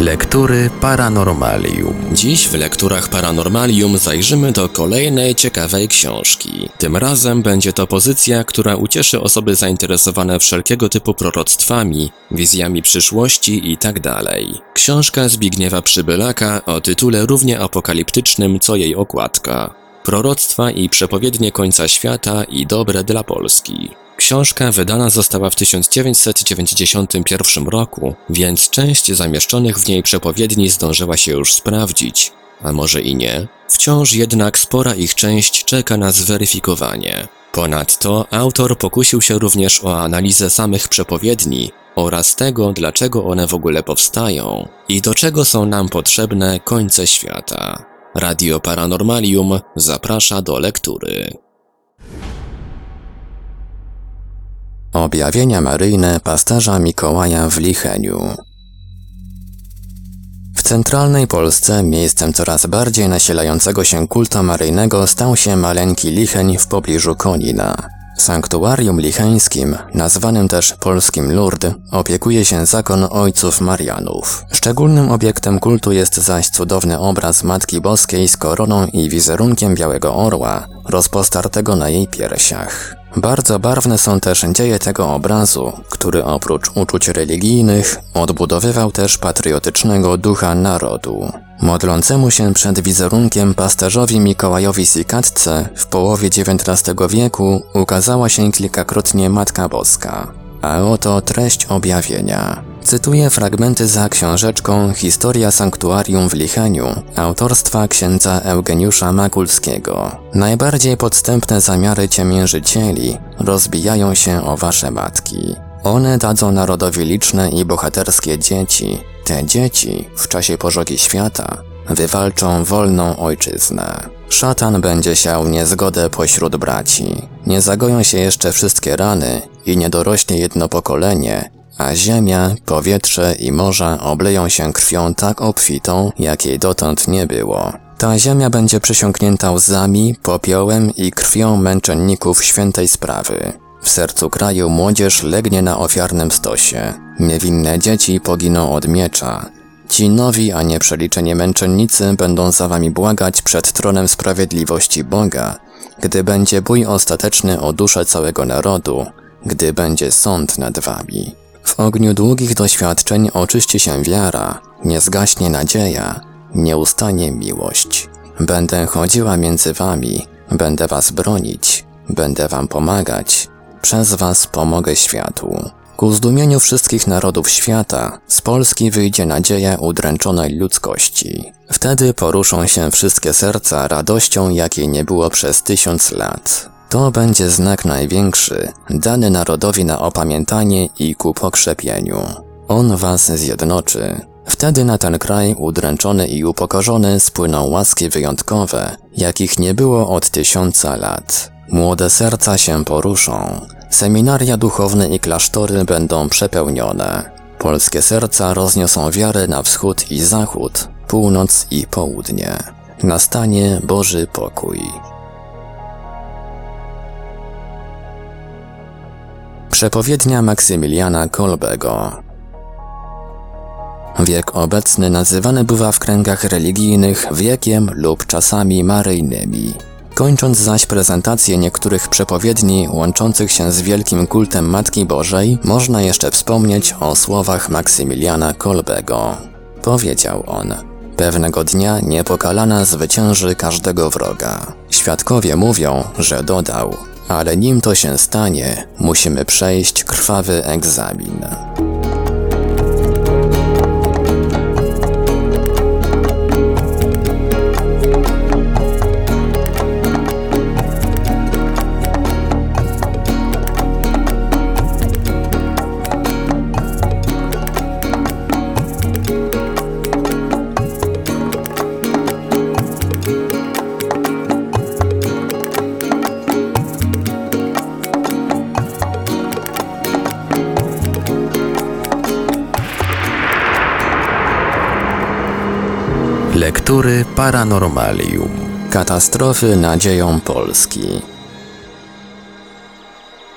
Lektury Paranormalium. Dziś w Lekturach Paranormalium zajrzymy do kolejnej ciekawej książki. Tym razem będzie to pozycja, która ucieszy osoby zainteresowane wszelkiego typu proroctwami, wizjami przyszłości itd. Książka Zbigniewa Przybylaka o tytule równie apokaliptycznym co jej okładka. Proroctwa i przepowiednie końca świata i dobre dla Polski. Książka wydana została w 1991 roku, więc część zamieszczonych w niej przepowiedni zdążyła się już sprawdzić, a może i nie. Wciąż jednak spora ich część czeka na zweryfikowanie. Ponadto autor pokusił się również o analizę samych przepowiedni oraz tego, dlaczego one w ogóle powstają i do czego są nam potrzebne końce świata. Radio Paranormalium zaprasza do lektury. Objawienia maryjne pasterza Mikołaja w Licheniu. W centralnej Polsce miejscem coraz bardziej nasilającego się kultu maryjnego stał się maleńki Licheń w pobliżu Konina. Sanktuarium licheńskim, nazwanym też polskim Lourdes, opiekuje się zakon ojców Marianów. Szczególnym obiektem kultu jest zaś cudowny obraz Matki Boskiej z koroną i wizerunkiem białego orła, rozpostartego na jej piersiach. Bardzo barwne są też dzieje tego obrazu, który oprócz uczuć religijnych odbudowywał też patriotycznego ducha narodu. Modlącemu się przed wizerunkiem pasterzowi Mikołajowi Sikatce w połowie XIX wieku ukazała się kilkakrotnie Matka Boska. A oto treść objawienia. Cytuję fragmenty za książeczką Historia Sanktuarium w Licheniu autorstwa księdza Eugeniusza Makulskiego. Najbardziej podstępne zamiary ciemiężycieli rozbijają się o wasze matki. One dadzą narodowi liczne i bohaterskie dzieci. Te dzieci w czasie pożogi świata wywalczą wolną ojczyznę. Szatan będzie siał niezgodę pośród braci. Nie zagoją się jeszcze wszystkie rany i nie dorośnie jedno pokolenie, a ziemia, powietrze i morza obleją się krwią tak obfitą, jakiej dotąd nie było. Ta ziemia będzie przesiąknięta łzami, popiołem i krwią męczenników świętej sprawy. W sercu kraju młodzież legnie na ofiarnym stosie. Niewinne dzieci poginą od miecza. Ci nowi, a nie przeliczeni męczennicy będą za wami błagać przed tronem sprawiedliwości Boga, gdy będzie bój ostateczny o duszę całego narodu, gdy będzie sąd nad wami. W ogniu długich doświadczeń oczyści się wiara, nie zgaśnie nadzieja, nie ustanie miłość. Będę chodziła między wami, będę was bronić, będę wam pomagać, przez was pomogę światu. Ku zdumieniu wszystkich narodów świata, z Polski wyjdzie nadzieja udręczonej ludzkości. Wtedy poruszą się wszystkie serca radością, jakiej nie było przez 1000 lat. To będzie znak największy, dany narodowi na opamiętanie i ku pokrzepieniu. On was zjednoczy. Wtedy na ten kraj udręczony i upokorzony spłyną łaski wyjątkowe, jakich nie było od 1000 lat. Młode serca się poruszą. Seminaria duchowne i klasztory będą przepełnione. Polskie serca rozniosą wiarę na wschód i zachód, północ i południe. Nastanie Boży pokój. Przepowiednia Maksymiliana Kolbego. Wiek obecny nazywany bywa w kręgach religijnych wiekiem lub czasami maryjnymi. Kończąc zaś prezentację niektórych przepowiedni łączących się z wielkim kultem Matki Bożej, można jeszcze wspomnieć o słowach Maksymiliana Kolbego. Powiedział on: pewnego dnia niepokalana zwycięży każdego wroga. Świadkowie mówią, że dodał: ale nim to się stanie, musimy przejść krwawy egzamin. Lektury Paranormalium. Katastrofy nadzieją Polski.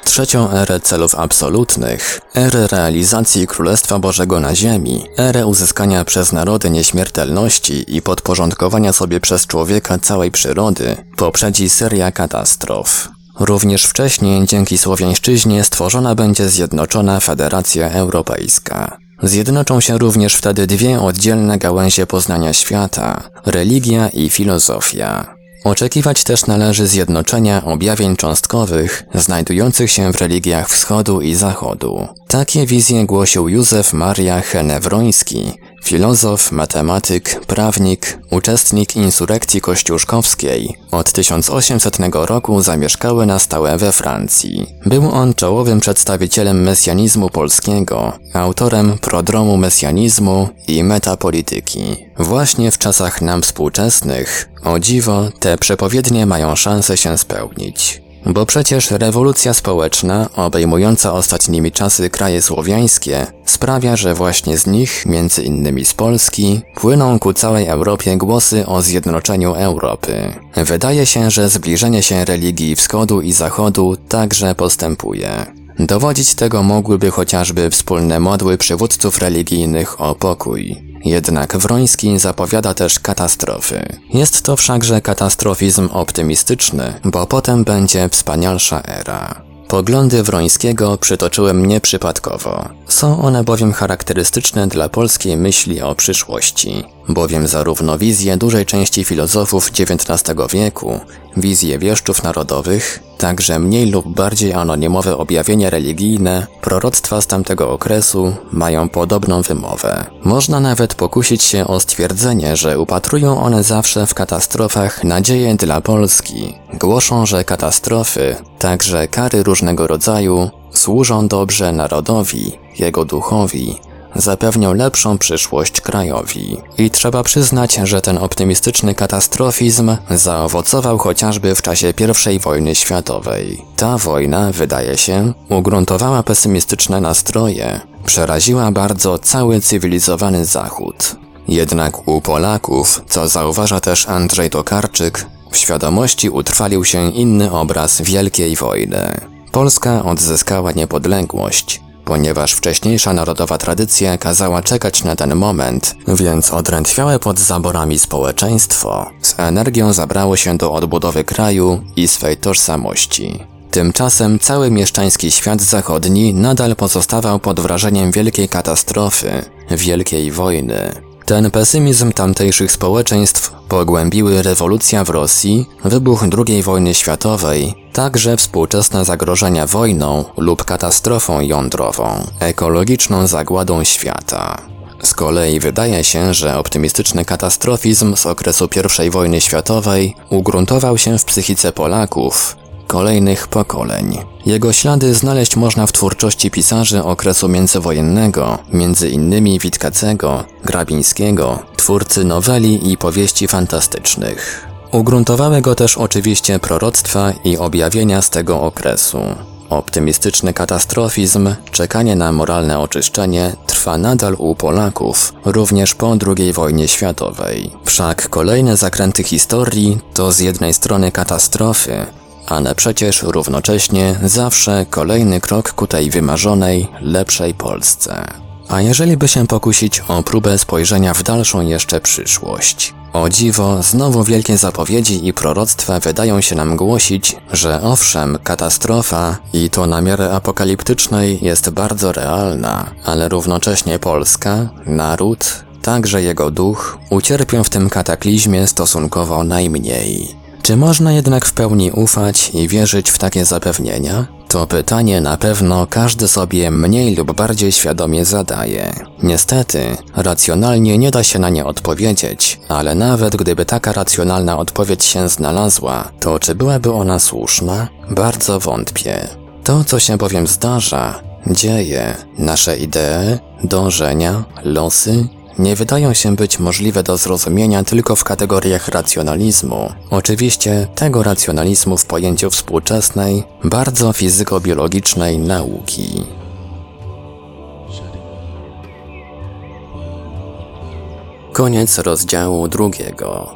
trzecią erę celów absolutnych, erę realizacji Królestwa Bożego na ziemi, erę uzyskania przez narody nieśmiertelności i podporządkowania sobie przez człowieka całej przyrody, poprzedzi seria katastrof. Również wcześniej dzięki słowiańszczyźnie stworzona będzie Zjednoczona Federacja Europejska. Zjednoczą się również wtedy dwie oddzielne gałęzie poznania świata – religia i filozofia. Oczekiwać też należy zjednoczenia objawień cząstkowych znajdujących się w religiach wschodu i zachodu. Takie wizje głosił Józef Maria Henewroński, filozof, matematyk, prawnik, uczestnik insurekcji kościuszkowskiej. Od 1800 roku zamieszkały na stałe we Francji. Był on czołowym przedstawicielem mesjanizmu polskiego, autorem prodromu mesjanizmu i metapolityki. Właśnie w czasach nam współczesnych, o dziwo, te przepowiednie mają szansę się spełnić. Bo przecież rewolucja społeczna, obejmująca ostatnimi czasy kraje słowiańskie, sprawia, że właśnie z nich, między innymi z Polski, płyną ku całej Europie głosy o zjednoczeniu Europy. Wydaje się, że zbliżenie się religii wschodu i zachodu także postępuje. Dowodzić tego mogłyby chociażby wspólne modły przywódców religijnych o pokój. Jednak Wroński zapowiada też katastrofy. Jest to wszakże katastrofizm optymistyczny, bo potem będzie wspanialsza era. Poglądy Wrońskiego przytoczyłem nieprzypadkowo. Są one bowiem charakterystyczne dla polskiej myśli o przyszłości. Bowiem zarówno wizje dużej części filozofów XIX wieku, wizje wieszczów narodowych, także mniej lub bardziej anonimowe objawienia religijne, proroctwa z tamtego okresu mają podobną wymowę. Można nawet pokusić się o stwierdzenie, że upatrują one zawsze w katastrofach nadzieję dla Polski. Głoszą, że katastrofy, także kary różnego rodzaju, służą dobrze narodowi, jego duchowi, zapewnią lepszą przyszłość krajowi. I trzeba przyznać, że ten optymistyczny katastrofizm zaowocował chociażby w czasie I wojny światowej. Ta wojna, wydaje się, ugruntowała pesymistyczne nastroje, przeraziła bardzo cały cywilizowany Zachód. Jednak u Polaków, co zauważa też Andrzej Tokarczyk, w świadomości utrwalił się inny obraz Wielkiej Wojny. Polska odzyskała niepodległość, ponieważ wcześniejsza narodowa tradycja kazała czekać na ten moment, więc odrętwiałe pod zaborami społeczeństwo z energią zabrało się do odbudowy kraju i swej tożsamości. Tymczasem cały mieszczański świat zachodni nadal pozostawał pod wrażeniem wielkiej katastrofy, Wielkiej Wojny. Ten pesymizm tamtejszych społeczeństw pogłębiły rewolucja w Rosji, wybuch II wojny światowej, także współczesne zagrożenia wojną lub katastrofą jądrową, ekologiczną zagładą świata. Z kolei wydaje się, że optymistyczny katastrofizm z okresu I wojny światowej ugruntował się w psychice Polaków, kolejnych pokoleń. Jego ślady znaleźć można w twórczości pisarzy okresu międzywojennego, między innymi Witkacego, Grabińskiego, twórcy noweli i powieści fantastycznych. Ugruntowały go też oczywiście proroctwa i objawienia z tego okresu. Optymistyczny katastrofizm, czekanie na moralne oczyszczenie trwa nadal u Polaków, również po II wojnie światowej. Wszak kolejne zakręty historii to z jednej strony katastrofy, ale przecież równocześnie zawsze kolejny krok ku tej wymarzonej, lepszej Polsce. A jeżeli by się pokusić o próbę spojrzenia w dalszą jeszcze przyszłość? O dziwo, znowu wielkie zapowiedzi i proroctwa wydają się nam głosić, że owszem, katastrofa, i to na miarę apokaliptycznej, jest bardzo realna, ale równocześnie Polska, naród, także jego duch, ucierpią w tym kataklizmie stosunkowo najmniej. Czy można jednak w pełni ufać i wierzyć w takie zapewnienia? To pytanie na pewno każdy sobie mniej lub bardziej świadomie zadaje. Niestety, racjonalnie nie da się na nie odpowiedzieć, ale nawet gdyby taka racjonalna odpowiedź się znalazła, to czy byłaby ona słuszna? Bardzo wątpię. To, co się bowiem zdarza, dzieje, nasze idee, dążenia, losy, nie wydają się być możliwe do zrozumienia tylko w kategoriach racjonalizmu. Oczywiście tego racjonalizmu w pojęciu współczesnej, bardzo fizyko-biologicznej nauki. Koniec rozdziału 2.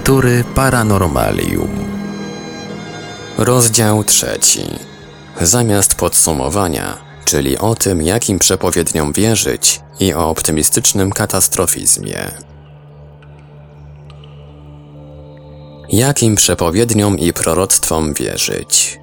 Lektury Paranormalium. Rozdział 3. Zamiast podsumowania, czyli o tym, jakim przepowiedniom wierzyć i o optymistycznym katastrofizmie. Jakim przepowiedniom i proroctwom wierzyć?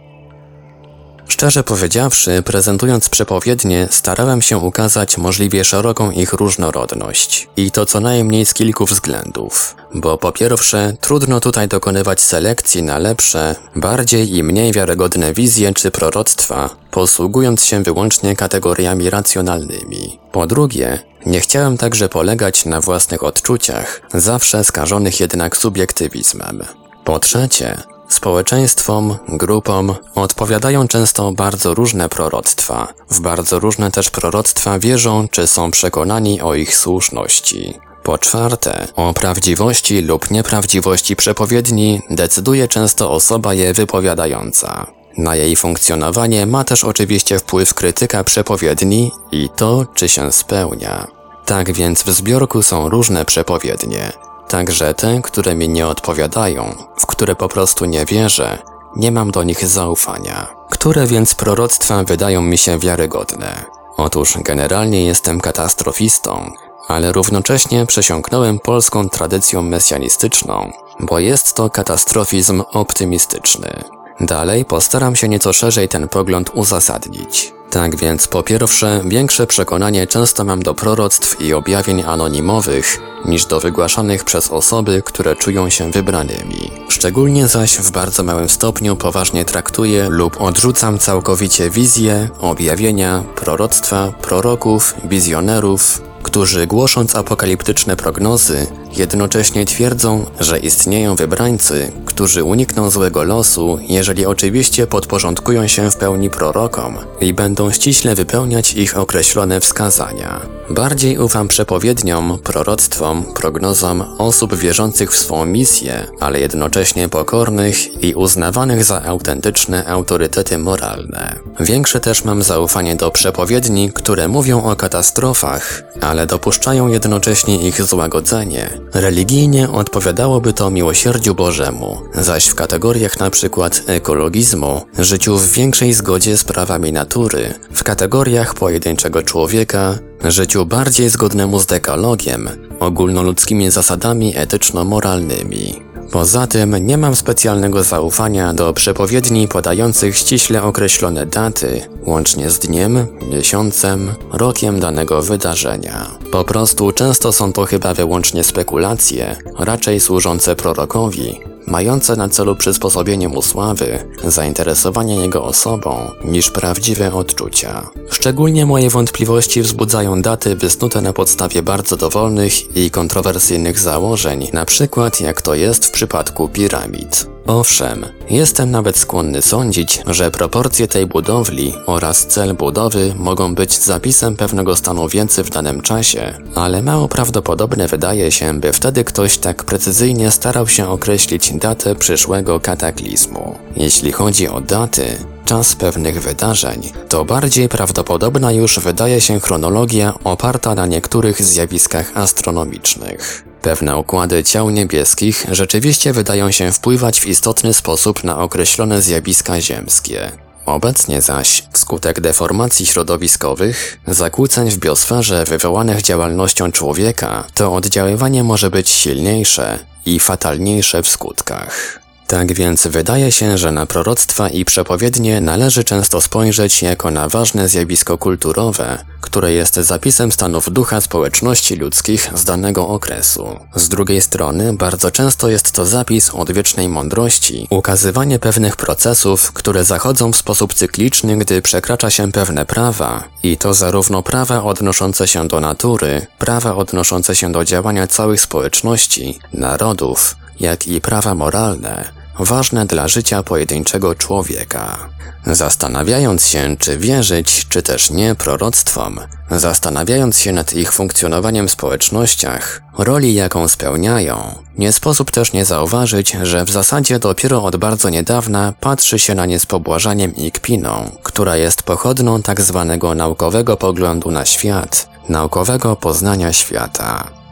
Szczerze powiedziawszy, prezentując przepowiednie, starałem się ukazać możliwie szeroką ich różnorodność. I to co najmniej z kilku względów. Bo po pierwsze, trudno tutaj dokonywać selekcji na lepsze, bardziej i mniej wiarygodne wizje czy proroctwa, posługując się wyłącznie kategoriami racjonalnymi. Po drugie, nie chciałem także polegać na własnych odczuciach, zawsze skażonych jednak subiektywizmem. Po trzecie, społeczeństwom, grupom odpowiadają często bardzo różne proroctwa. W bardzo różne też proroctwa wierzą czy są przekonani o ich słuszności. Po czwarte, o prawdziwości lub nieprawdziwości przepowiedni decyduje często osoba je wypowiadająca. Na jej funkcjonowanie ma też oczywiście wpływ krytyka przepowiedni i to, czy się spełnia. Tak więc w zbiorku są różne przepowiednie. Także te, które mi nie odpowiadają, w które po prostu nie wierzę, nie mam do nich zaufania. Które więc proroctwa wydają mi się wiarygodne? Otóż generalnie jestem katastrofistą, ale równocześnie przesiąknąłem polską tradycją mesjanistyczną, bo jest to katastrofizm optymistyczny. Dalej postaram się nieco szerzej ten pogląd uzasadnić. Tak więc po pierwsze, większe przekonanie często mam do proroctw i objawień anonimowych, niż do wygłaszanych przez osoby, które czują się wybranymi. Szczególnie zaś w bardzo małym stopniu poważnie traktuję lub odrzucam całkowicie wizje, objawienia, proroctwa, proroków, wizjonerów, którzy głosząc apokaliptyczne prognozy, jednocześnie twierdzą, że istnieją wybrańcy, którzy unikną złego losu, jeżeli oczywiście podporządkują się w pełni prorokom i będą ściśle wypełniać ich określone wskazania. Bardziej ufam przepowiedniom, proroctwom, prognozom osób wierzących w swą misję, ale jednocześnie pokornych i uznawanych za autentyczne autorytety moralne. Większe też mam zaufanie do przepowiedni, które mówią o katastrofach, ale dopuszczają jednocześnie ich złagodzenie. Religijnie odpowiadałoby to miłosierdziu Bożemu, zaś w kategoriach np. ekologizmu, życiu w większej zgodzie z prawami natury, w kategoriach pojedynczego człowieka, życiu bardziej zgodnemu z dekalogiem, ogólnoludzkimi zasadami etyczno-moralnymi. Poza tym nie mam specjalnego zaufania do przepowiedni podających ściśle określone daty, łącznie z dniem, miesiącem, rokiem danego wydarzenia. Po prostu często są to chyba wyłącznie spekulacje, raczej służące prorokowi, mające na celu przysposobienie mu sławy, zainteresowanie jego osobą, niż prawdziwe odczucia. Szczególnie moje wątpliwości wzbudzają daty wysnute na podstawie bardzo dowolnych i kontrowersyjnych założeń, na przykład jak to jest w przypadku piramid. Owszem, jestem nawet skłonny sądzić, że proporcje tej budowli oraz cel budowy mogą być zapisem pewnego stanu wiedzy w danym czasie, ale mało prawdopodobne wydaje się, by wtedy ktoś tak precyzyjnie starał się określić datę przyszłego kataklizmu. Jeśli chodzi o daty, czas pewnych wydarzeń, to bardziej prawdopodobna już wydaje się chronologia oparta na niektórych zjawiskach astronomicznych. Pewne układy ciał niebieskich rzeczywiście wydają się wpływać w istotny sposób na określone zjawiska ziemskie. Obecnie zaś, wskutek deformacji środowiskowych, zakłóceń w biosferze wywołanych działalnością człowieka, to oddziaływanie może być silniejsze i fatalniejsze w skutkach. Tak więc wydaje się, że na proroctwa i przepowiednie należy często spojrzeć jako na ważne zjawisko kulturowe, które jest zapisem stanów ducha społeczności ludzkich z danego okresu. Z drugiej strony bardzo często jest to zapis odwiecznej mądrości, ukazywanie pewnych procesów, które zachodzą w sposób cykliczny, gdy przekracza się pewne prawa, i to zarówno prawa odnoszące się do natury, prawa odnoszące się do działania całych społeczności, narodów, jak i prawa moralne, ważne dla życia pojedynczego człowieka. Zastanawiając się, czy wierzyć, czy też nie proroctwom, zastanawiając się nad ich funkcjonowaniem w społecznościach, roli jaką spełniają, nie sposób też nie zauważyć, że w zasadzie dopiero od bardzo niedawna patrzy się na nie z pobłażaniem i kpiną, która jest pochodną tak zwanego naukowego poglądu na świat, naukowego poznania świata.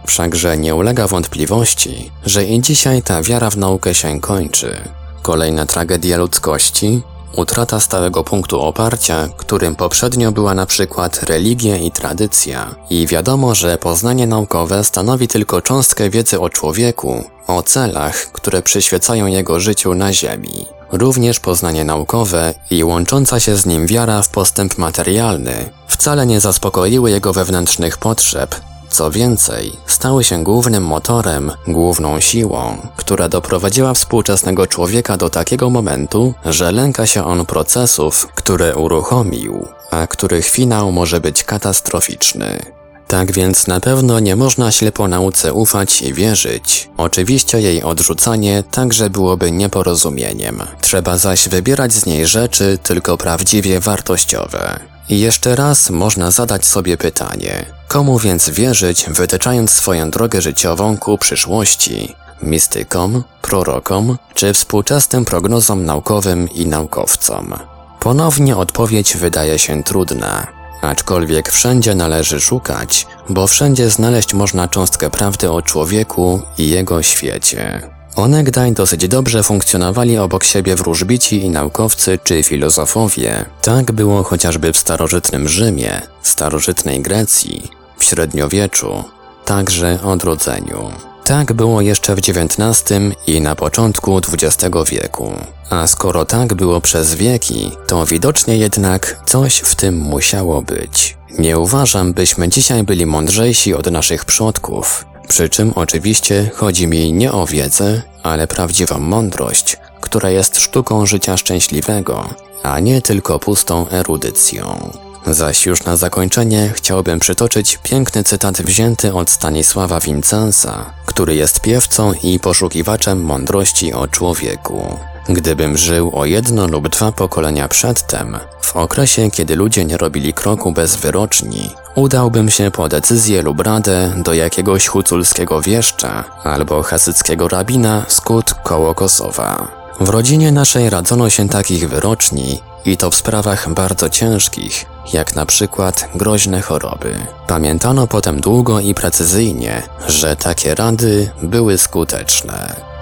Wszakże nie ulega wątpliwości, że i dzisiaj ta wiara w naukę się kończy. Kolejna tragedia ludzkości? Utrata stałego punktu oparcia, którym poprzednio była na przykład religia i tradycja. I wiadomo, że poznanie naukowe stanowi tylko cząstkę wiedzy o człowieku, o celach, które przyświecają jego życiu na ziemi. Również poznanie naukowe i łącząca się z nim wiara w postęp materialny wcale nie zaspokoiły jego wewnętrznych potrzeb. Co więcej, stały się głównym motorem, główną siłą, która doprowadziła współczesnego człowieka do takiego momentu, że lęka się on procesów, które uruchomił, a których finał może być katastroficzny. Tak więc na pewno nie można ślepo nauce ufać i wierzyć. Oczywiście jej odrzucanie także byłoby nieporozumieniem. Trzeba zaś wybierać z niej rzeczy tylko prawdziwie wartościowe. I jeszcze raz można zadać sobie pytanie, komu więc wierzyć, wytyczając swoją drogę życiową ku przyszłości? Mistykom, prorokom, czy współczesnym prognozom naukowym i naukowcom? Ponownie odpowiedź wydaje się trudna. Aczkolwiek wszędzie należy szukać, bo wszędzie znaleźć można cząstkę prawdy o człowieku i jego świecie. Onegdaj dosyć dobrze funkcjonowali obok siebie wróżbici i naukowcy czy filozofowie. Tak było chociażby w starożytnym Rzymie, starożytnej Grecji, w średniowieczu, także odrodzeniu. Tak było jeszcze w XIX i na początku XX wieku. A skoro tak było przez wieki, to widocznie jednak coś w tym musiało być. Nie uważam, byśmy dzisiaj byli mądrzejsi od naszych przodków. Przy czym oczywiście chodzi mi nie o wiedzę, ale prawdziwą mądrość, która jest sztuką życia szczęśliwego, a nie tylko pustą erudycją. Zaś już na zakończenie chciałbym przytoczyć piękny cytat wzięty od Stanisława Vincenza, który jest piewcą i poszukiwaczem mądrości o człowieku. Gdybym żył o 1 lub 2 pokolenia przedtem, w okresie kiedy ludzie nie robili kroku bez wyroczni, udałbym się po decyzję lub radę do jakiegoś huculskiego wieszcza albo hasyckiego rabina z Kut koło Kosowa. W rodzinie naszej radzono się takich wyroczni i to w sprawach bardzo ciężkich, jak na przykład groźne choroby. Pamiętano potem długo i precyzyjnie, że takie rady były skuteczne.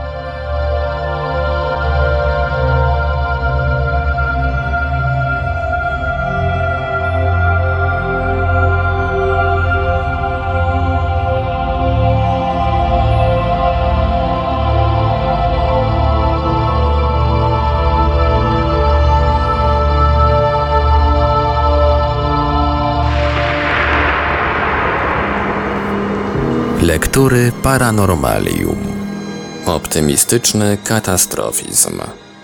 Lektury Paranormalium. Optymistyczny katastrofizm.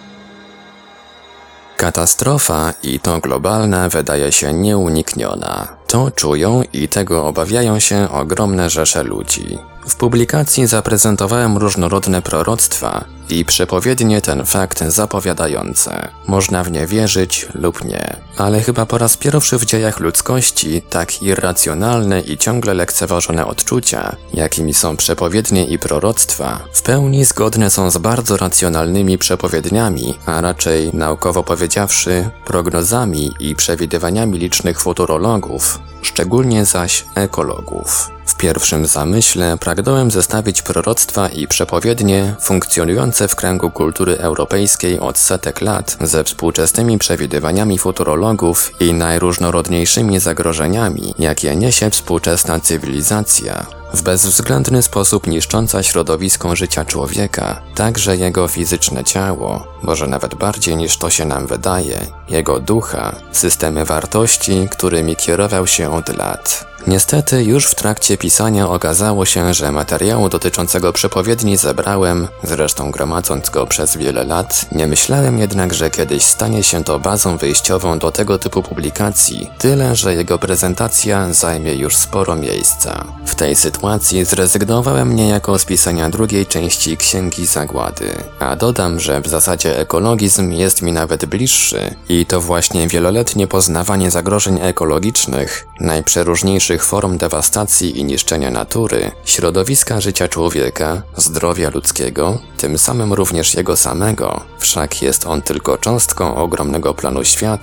Katastrofa, i to globalna, wydaje się nieunikniona. To czują i tego obawiają się ogromne rzesze ludzi. W publikacji zaprezentowałem różnorodne proroctwa i przepowiednie ten fakt zapowiadające. Można w nie wierzyć lub nie. Ale chyba po raz pierwszy w dziejach ludzkości tak irracjonalne i ciągle lekceważone odczucia, jakimi są przepowiednie i proroctwa, w pełni zgodne są z bardzo racjonalnymi przepowiedniami, a raczej naukowo powiedziawszy, prognozami i przewidywaniami licznych futurologów, szczególnie zaś ekologów. W pierwszym zamyśle pragnąłem zestawić proroctwa i przepowiednie funkcjonujące w kręgu kultury europejskiej od setek lat ze współczesnymi przewidywaniami futurologów i najróżnorodniejszymi zagrożeniami, jakie niesie współczesna cywilizacja, w bezwzględny sposób niszcząca środowisko życia człowieka, także jego fizyczne ciało, może nawet bardziej niż to się nam wydaje, jego ducha, systemy wartości, którymi kierował się od lat. Niestety już w trakcie pisania okazało się, że materiału dotyczącego przepowiedni zebrałem, zresztą gromadząc go przez wiele lat, nie myślałem jednak, że kiedyś stanie się to bazą wyjściową do tego typu publikacji, tyle że jego prezentacja zajmie już sporo miejsca. W tej sytuacji zrezygnowałem niejako z pisania drugiej części Księgi Zagłady, a dodam, że w zasadzie ekologizm jest mi nawet bliższy i to właśnie wieloletnie poznawanie zagrożeń ekologicznych, najprzeróżniejszych form dewastacji i niszczenia natury, środowiska życia człowieka, zdrowia ludzkiego, tym samym również jego samego, wszak jest on tylko cząstką ogromnego planu świata,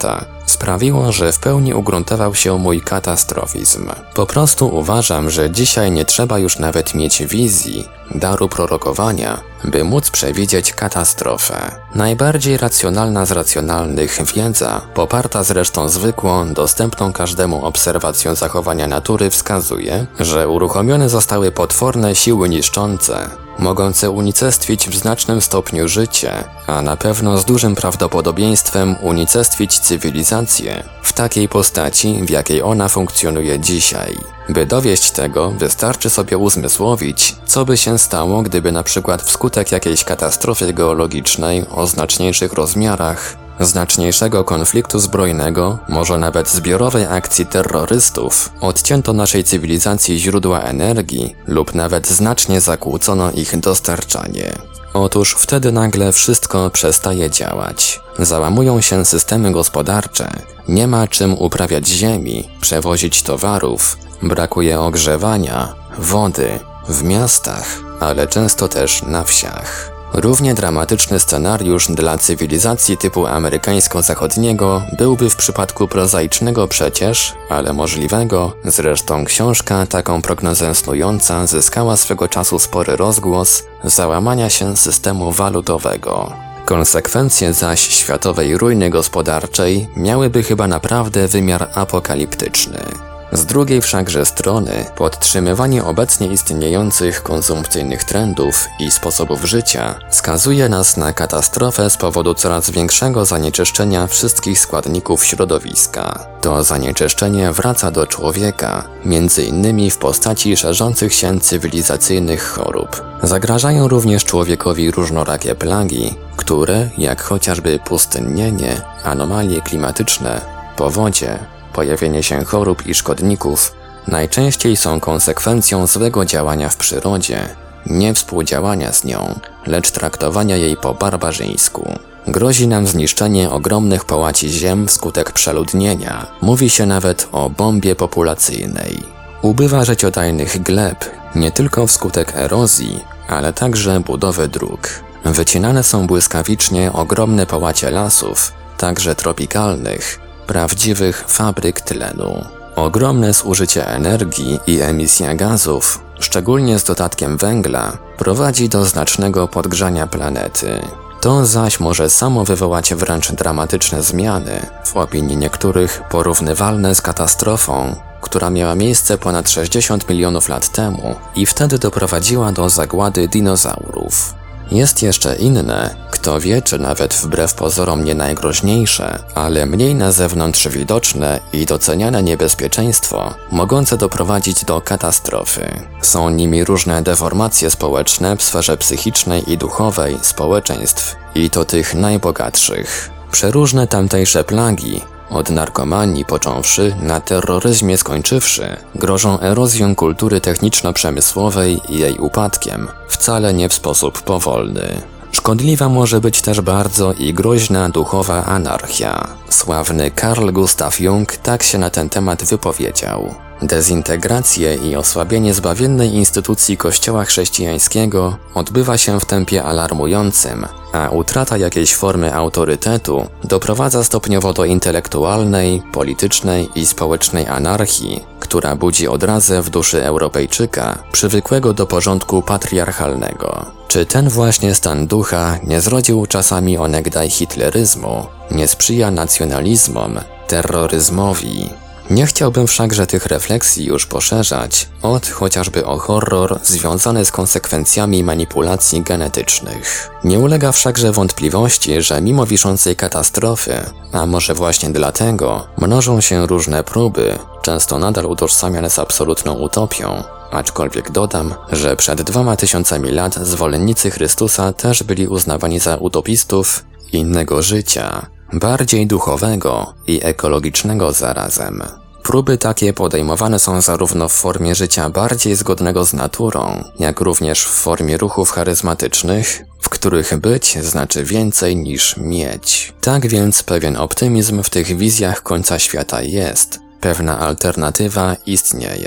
sprawiło, że w pełni ugruntował się mój katastrofizm. Po prostu uważam, że dzisiaj nie trzeba już nawet mieć wizji, daru prorokowania, by móc przewidzieć katastrofę. Najbardziej racjonalna z racjonalnych wiedza, poparta zresztą zwykłą, dostępną każdemu obserwacją zachowania natury wskazuje, że uruchomione zostały potworne siły niszczące, mogące unicestwić w znacznym stopniu życie, a na pewno z dużym prawdopodobieństwem unicestwić cywilizację w takiej postaci, w jakiej ona funkcjonuje dzisiaj. By dowieść tego, wystarczy sobie uzmysłowić, co by się stało, gdyby na przykład wskutek jakiejś katastrofy geologicznej o znaczniejszych rozmiarach, znaczniejszego konfliktu zbrojnego, może nawet zbiorowej akcji terrorystów, odcięto naszej cywilizacji źródła energii lub nawet znacznie zakłócono ich dostarczanie. Otóż wtedy nagle wszystko przestaje działać. Załamują się systemy gospodarcze, nie ma czym uprawiać ziemi, przewozić towarów, brakuje ogrzewania, wody w miastach, ale często też na wsiach. Równie dramatyczny scenariusz dla cywilizacji typu amerykańsko-zachodniego byłby w przypadku prozaicznego przecież, ale możliwego, zresztą książka taką prognozę snująca zyskała swego czasu spory rozgłos, załamania się systemu walutowego. Konsekwencje zaś światowej ruiny gospodarczej miałyby chyba naprawdę wymiar apokaliptyczny. Z drugiej wszakże strony, podtrzymywanie obecnie istniejących konsumpcyjnych trendów i sposobów życia skazuje nas na katastrofę z powodu coraz większego zanieczyszczenia wszystkich składników środowiska. To zanieczyszczenie wraca do człowieka, między innymi w postaci szerzących się cywilizacyjnych chorób. Zagrażają również człowiekowi różnorakie plagi, które, jak chociażby pustynnienie, anomalie klimatyczne, powodzie, pojawienie się chorób i szkodników, najczęściej są konsekwencją złego działania w przyrodzie, nie współdziałania z nią, lecz traktowania jej po barbarzyńsku. Grozi nam zniszczenie ogromnych połaci ziem wskutek przeludnienia, mówi się nawet o bombie populacyjnej. Ubywa życiodajnych gleb, nie tylko wskutek erozji, ale także budowy dróg. Wycinane są błyskawicznie ogromne połacie lasów, także tropikalnych, prawdziwych fabryk tlenu. Ogromne zużycie energii i emisja gazów, szczególnie z dodatkiem węgla, prowadzi do znacznego podgrzania planety. To zaś może samo wywołać wręcz dramatyczne zmiany, w opinii niektórych porównywalne z katastrofą, która miała miejsce ponad 60 milionów lat temu i wtedy doprowadziła do zagłady dinozaurów. Jest jeszcze inne, kto wie, czy nawet wbrew pozorom nie najgroźniejsze, ale mniej na zewnątrz widoczne i doceniane niebezpieczeństwo, mogące doprowadzić do katastrofy. Są nimi różne deformacje społeczne w sferze psychicznej i duchowej społeczeństw, i to tych najbogatszych. Przeróżne tamtejsze plagi, od narkomanii począwszy, na terroryzmie skończywszy, grożą erozją kultury techniczno-przemysłowej i jej upadkiem, wcale nie w sposób powolny. Szkodliwa może być też bardzo i groźna duchowa anarchia. Sławny Carl Gustav Jung tak się na ten temat wypowiedział. Dezintegrację i osłabienie zbawiennej instytucji Kościoła chrześcijańskiego odbywa się w tempie alarmującym, a utrata jakiejś formy autorytetu doprowadza stopniowo do intelektualnej, politycznej i społecznej anarchii, która budzi odrazę w duszy Europejczyka, przywykłego do porządku patriarchalnego. Czy ten właśnie stan ducha nie zrodził czasami onegdaj hitleryzmu, nie sprzyja nacjonalizmom, terroryzmowi? Nie chciałbym wszakże tych refleksji już poszerzać, chociażby o horror związany z konsekwencjami manipulacji genetycznych. Nie ulega wszakże wątpliwości, że mimo wiszącej katastrofy, a może właśnie dlatego, mnożą się różne próby, często nadal utożsamiane z absolutną utopią, aczkolwiek dodam, że przed 2000 lat zwolennicy Chrystusa też byli uznawani za utopistów innego życia, bardziej duchowego i ekologicznego zarazem. Próby takie podejmowane są zarówno w formie życia bardziej zgodnego z naturą, jak również w formie ruchów charyzmatycznych, w których być znaczy więcej niż mieć. Tak więc pewien optymizm w tych wizjach końca świata jest, pewna alternatywa istnieje.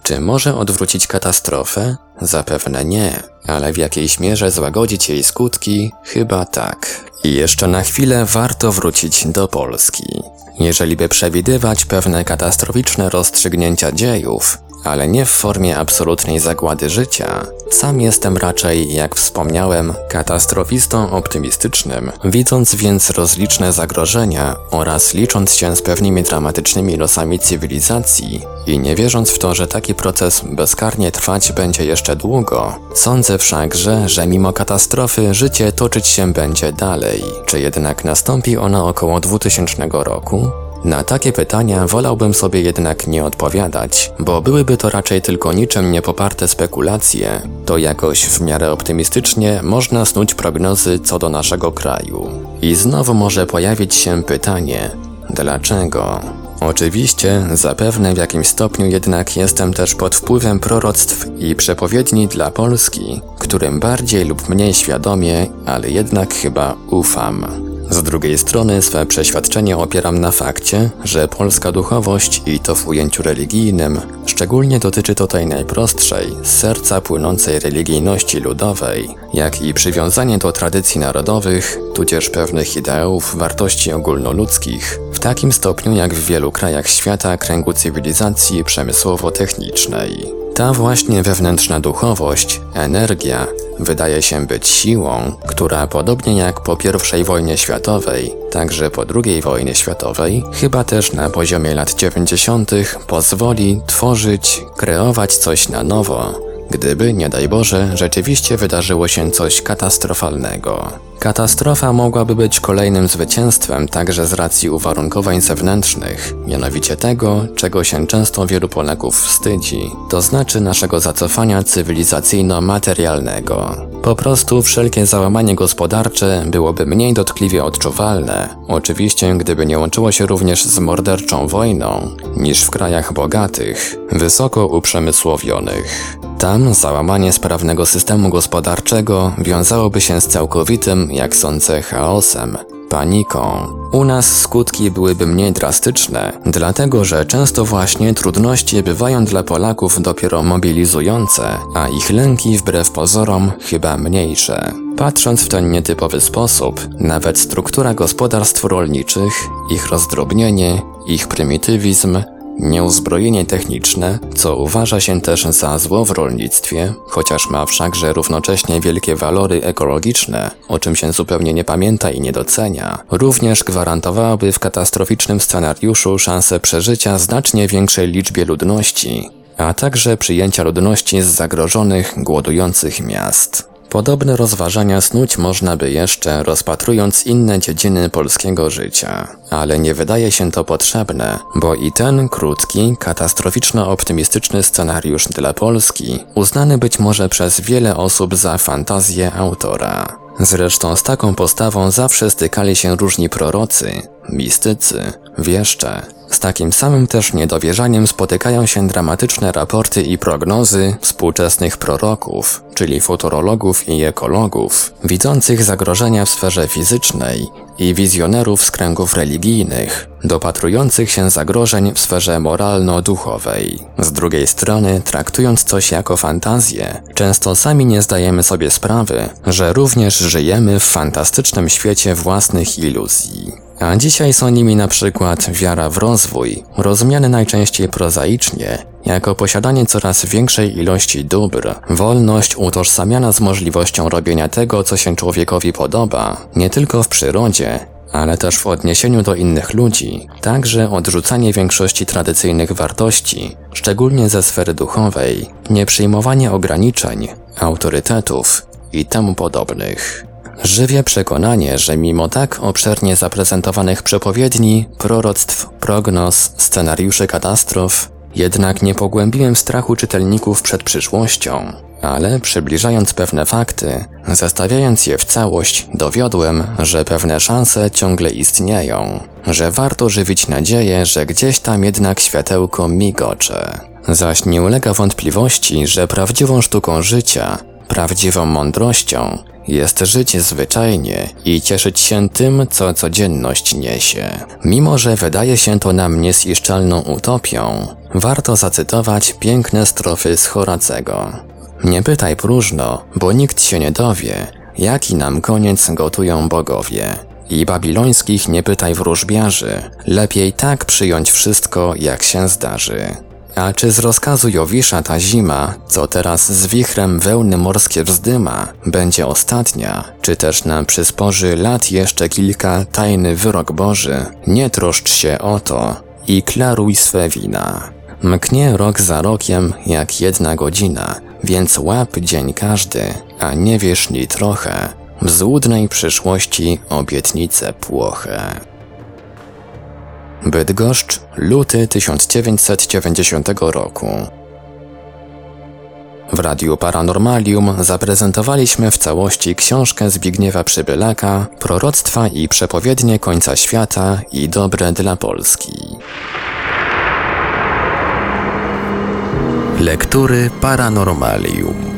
Czy może odwrócić katastrofę? Zapewne nie, ale w jakiejś mierze złagodzić jej skutki? Chyba tak. I jeszcze na chwilę warto wrócić do Polski. Jeżeli by przewidywać pewne katastroficzne rozstrzygnięcia dziejów, ale nie w formie absolutnej zagłady życia, sam jestem raczej, jak wspomniałem, katastrofistą optymistycznym, widząc więc rozliczne zagrożenia oraz licząc się z pewnymi dramatycznymi losami cywilizacji i nie wierząc w to, że taki proces bezkarnie trwać będzie jeszcze długo, sądzę wszakże, że mimo katastrofy życie toczyć się będzie dalej. Czy jednak nastąpi ona około 2000 roku? Na takie pytania wolałbym sobie jednak nie odpowiadać, bo byłyby to raczej tylko niczym niepoparte spekulacje. To jakoś w miarę optymistycznie można snuć prognozy co do naszego kraju. I znowu może pojawić się pytanie, dlaczego? Oczywiście, zapewne w jakimś stopniu jednak jestem też pod wpływem proroctw i przepowiedni dla Polski, którym bardziej lub mniej świadomie, ale jednak chyba ufam. Z drugiej strony swe przeświadczenie opieram na fakcie, że polska duchowość i to w ujęciu religijnym szczególnie dotyczy to tej najprostszej, z serca płynącej religijności ludowej, jak i przywiązanie do tradycji narodowych, tudzież pewnych ideałów, wartości ogólnoludzkich, w takim stopniu jak w wielu krajach świata kręgu cywilizacji przemysłowo-technicznej. Ta właśnie wewnętrzna duchowość, energia, wydaje się być siłą, która podobnie jak po I wojnie światowej, także po II wojnie światowej, chyba też na poziomie lat 90. pozwoli tworzyć, kreować coś na nowo, gdyby, nie daj Boże, rzeczywiście wydarzyło się coś katastrofalnego. Katastrofa mogłaby być kolejnym zwycięstwem także z racji uwarunkowań zewnętrznych, mianowicie tego, czego się często wielu Polaków wstydzi, to znaczy naszego zacofania cywilizacyjno-materialnego. Po prostu wszelkie załamanie gospodarcze byłoby mniej dotkliwie odczuwalne, oczywiście gdyby nie łączyło się również z morderczą wojną, niż w krajach bogatych, wysoko uprzemysłowionych. Tam załamanie sprawnego systemu gospodarczego wiązałoby się z całkowitym, jak sądzę, chaosem, paniką. U nas skutki byłyby mniej drastyczne, dlatego że często właśnie trudności bywają dla Polaków dopiero mobilizujące, a ich lęki wbrew pozorom chyba mniejsze. Patrząc w ten nietypowy sposób, nawet struktura gospodarstw rolniczych, ich rozdrobnienie, ich prymitywizm, nieuzbrojenie techniczne, co uważa się też za zło w rolnictwie, chociaż ma wszakże równocześnie wielkie walory ekologiczne, o czym się zupełnie nie pamięta i nie docenia, również gwarantowałoby w katastroficznym scenariuszu szansę przeżycia znacznie większej liczbie ludności, a także przyjęcia ludności z zagrożonych, głodujących miast. Podobne rozważania snuć można by jeszcze, rozpatrując inne dziedziny polskiego życia. Ale nie wydaje się to potrzebne, bo i ten krótki, katastroficzno-optymistyczny scenariusz dla Polski uznany być może przez wiele osób za fantazję autora. Zresztą z taką postawą zawsze stykali się różni prorocy, mistycy, wieszcze. Z takim samym też niedowierzaniem spotykają się dramatyczne raporty i prognozy współczesnych proroków, czyli futurologów i ekologów, widzących zagrożenia w sferze fizycznej i wizjonerów z kręgów religijnych, dopatrujących się zagrożeń w sferze moralno-duchowej. Z drugiej strony, traktując coś jako fantazję, często sami nie zdajemy sobie sprawy, że również żyjemy w fantastycznym świecie własnych iluzji. A dzisiaj są nimi na przykład wiara w rozwój, rozumiany najczęściej prozaicznie, jako posiadanie coraz większej ilości dóbr, wolność utożsamiana z możliwością robienia tego, co się człowiekowi podoba, nie tylko w przyrodzie, ale też w odniesieniu do innych ludzi, także odrzucanie większości tradycyjnych wartości, szczególnie ze sfery duchowej, nieprzyjmowanie ograniczeń, autorytetów i temu podobnych. Żywię przekonanie, że mimo tak obszernie zaprezentowanych przepowiedni, proroctw, prognoz, scenariuszy katastrof, jednak nie pogłębiłem strachu czytelników przed przyszłością, ale przybliżając pewne fakty, zestawiając je w całość, dowiodłem, że pewne szanse ciągle istnieją, że warto żywić nadzieję, że gdzieś tam jednak światełko migocze. Zaś nie ulega wątpliwości, że prawdziwą sztuką życia, prawdziwą mądrością jest żyć zwyczajnie i cieszyć się tym, co codzienność niesie. Mimo że wydaje się to nam niezniszczalną utopią, warto zacytować piękne strofy z Horacego. Nie pytaj próżno, bo nikt się nie dowie, jaki nam koniec gotują bogowie. I babilońskich nie pytaj wróżbiarzy, lepiej tak przyjąć wszystko, jak się zdarzy. A czy z rozkazu Jowisza ta zima, co teraz z wichrem wełny morskie wzdyma, będzie ostatnia, czy też nam przysporzy lat jeszcze kilka tajny wyrok Boży, nie troszcz się o to i klaruj swe wina. Mknie rok za rokiem jak jedna godzina, więc łap dzień każdy, a nie wiesz ni trochę, w złudnej przyszłości obietnice płoche. Bydgoszcz, luty 1990 roku. W Radiu Paranormalium zaprezentowaliśmy w całości książkę Zbigniewa Przybylaka Proroctwa i przepowiednie końca świata i dobre dla Polski. Lektury Paranormalium.